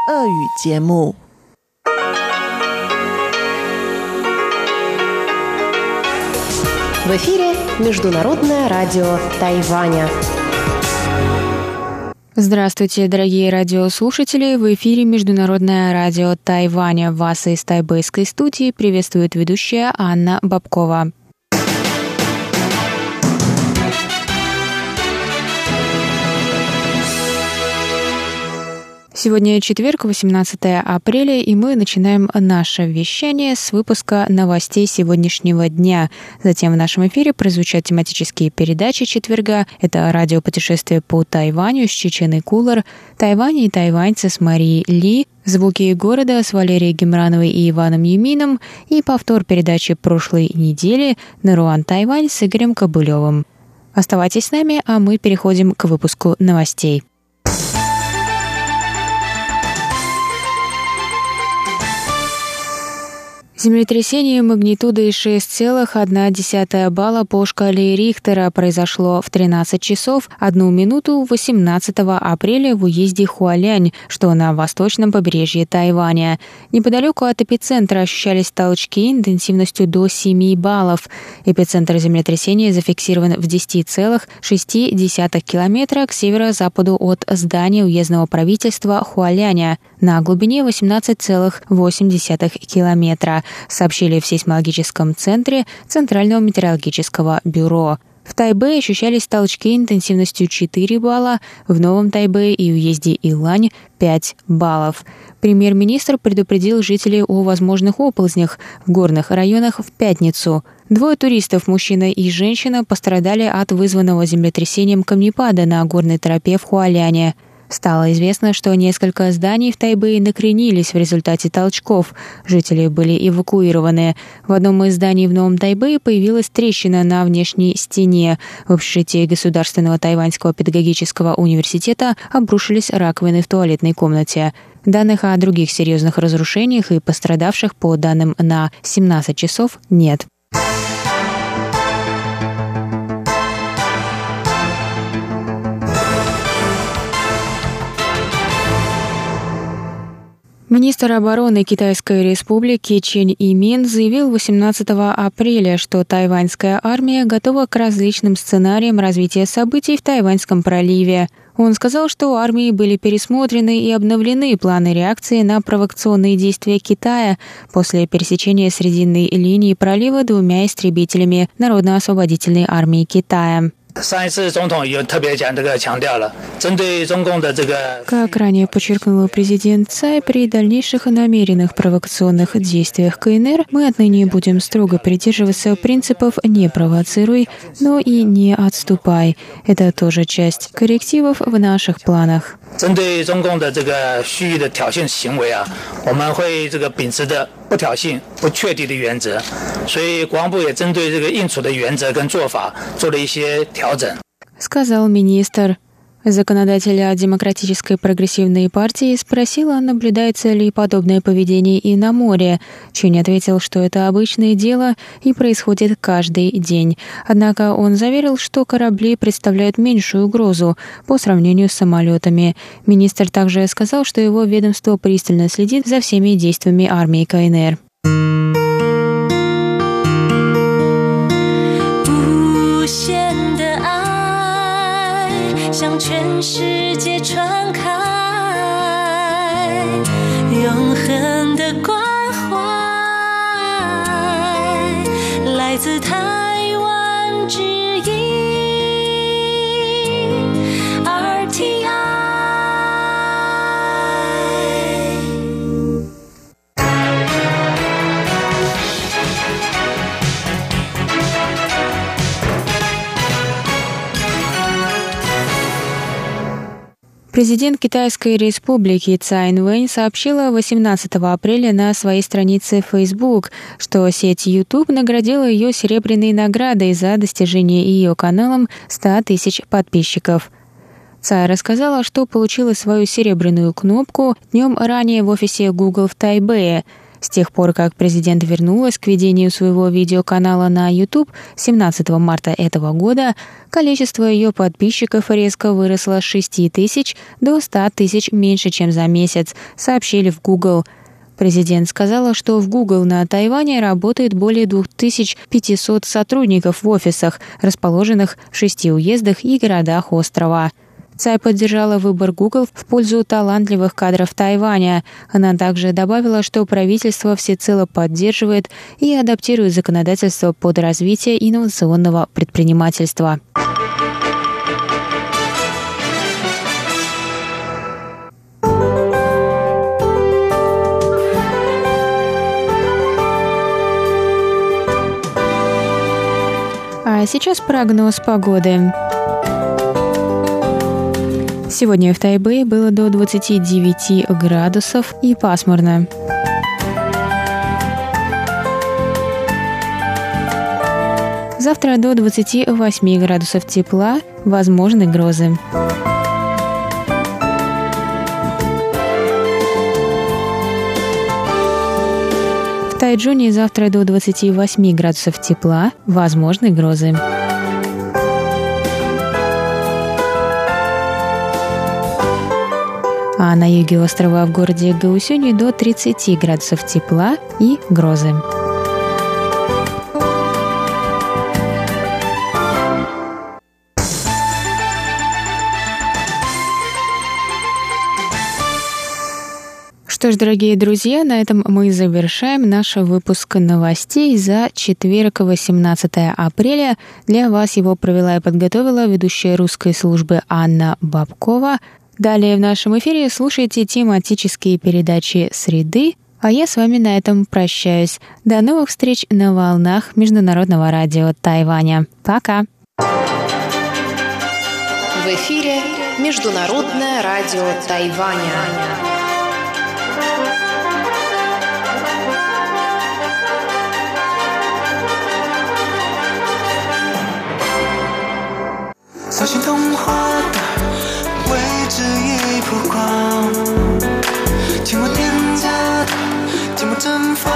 俄语节目。 В эфире Международное радио Тайваня. Здравствуйте, дорогие радиослушатели! В эфире Международное радио Тайваня. Вас из тайбэйской студии приветствует ведущая Анна Бабкова. Сегодня четверг, 18 апреля, и мы начинаем наше вещание с выпуска новостей сегодняшнего дня. Затем в нашем эфире прозвучат тематические передачи четверга. Это радиопутешествие по Тайваню с Чеченой Кулар, Тайвань и тайваньцы с Марией Ли, звуки города с Валерией Гемрановой и Иваном Юмином и повтор передачи прошлой недели «Наруан Тайвань» с Игорем Кобылевым. Оставайтесь с нами, а мы переходим к выпуску новостей. Землетрясение магнитудой 6,1 балла по шкале Рихтера произошло в 13 часов 1 минуту 18 апреля в уезде Хуалянь, что на восточном побережье Тайваня. Неподалеку от эпицентра ощущались толчки интенсивностью до 7 баллов. Эпицентр землетрясения зафиксирован в 10,6 километра к северо-западу от здания уездного правительства Хуаляня на глубине 18,8 километра, сообщили в сейсмологическом центре Центрального метеорологического бюро. В Тайбэе ощущались толчки интенсивностью 4 балла, в Новом Тайбэе и уезде Илань 5 баллов. Премьер-министр предупредил жителей о возможных оползнях в горных районах в пятницу. 2 туристов, мужчина и женщина, пострадали от вызванного землетрясением камнепада на горной тропе в Хуаляне. Стало известно, что несколько зданий в Тайбэе накренились в результате толчков. Жители были эвакуированы. В одном из зданий в Новом Тайбэе появилась трещина на внешней стене. В общежитии Государственного тайваньского педагогического университета обрушились раковины в туалетной комнате. Данных о других серьезных разрушениях и пострадавших по данным на 17 часов нет. Министр обороны Китайской Республики Чен Имин заявил 18 апреля, что тайваньская армия готова к различным сценариям развития событий в Тайваньском проливе. Он сказал, что у армии были пересмотрены и обновлены планы реакции на провокационные действия Китая после пересечения срединной линии пролива 2 истребителями Народно-освободительной армии Китая. Как ранее подчеркнул президент Цай, при дальнейших намеренных провокационных действиях КНР мы отныне будем строго придерживаться принципов «не провоцируй, но и не отступай». Это тоже часть коррективов в наших планах. 针对中共的这个蓄意的挑衅行为啊，我们会秉持着不挑衅、不确定的原则，所以国防部也针对这个应处的原则跟做法做了一些调整， сказал министр. Законодателя Демократической прогрессивной партии спросила, наблюдается ли подобное поведение и на море. Чен ответил, что это обычное дело и происходит каждый день. Однако он заверил, что корабли представляют меньшую угрозу по сравнению с самолетами. Министр также сказал, что его ведомство пристально следит за всеми действиями армии КНР. 向全世界传开，永恒的关怀，来自台湾之音 RTI。 Президент Китайской Республики Цай Инвэнь сообщила 18 апреля на своей странице Facebook, что сеть YouTube наградила ее серебряной наградой за достижение ее каналом 100 тысяч подписчиков. Цай рассказала, что получила свою серебряную кнопку днем ранее в офисе Google в Тайбэе. С тех пор, как президент вернулась к ведению своего видеоканала на YouTube 17 марта этого года, количество ее подписчиков резко выросло с 6 тысяч до 100 тысяч меньше, чем за месяц, сообщили в Google. Президент сказала, что в Google на Тайване работает более 2500 сотрудников в офисах, расположенных в 6 уездах и городах острова. Цай поддержала выбор Google в пользу талантливых кадров Тайваня. Она также добавила, что правительство всецело поддерживает и адаптирует законодательство под развитие инновационного предпринимательства. А сейчас прогноз погоды. Сегодня в Тайбэе было до 29 градусов и пасмурно. Завтра до 28 градусов тепла, возможны грозы. В Тайчжуне завтра до 28 градусов тепла, возможны грозы. А на юге острова в городе Гаусюни до 30 градусов тепла и грозы. Что ж, дорогие друзья, на этом мы завершаем наш выпуск новостей за четверг, 18 апреля. Для вас его провела и подготовила ведущая русской службы Анна Бабкова. Далее в нашем эфире слушайте тематические передачи «Среды», а я с вами на этом прощаюсь. До новых встреч на волнах Международного радио Тайваня. Пока! В эфире Международное радио Тайваня. 寂寞点着的，寂寞蒸发。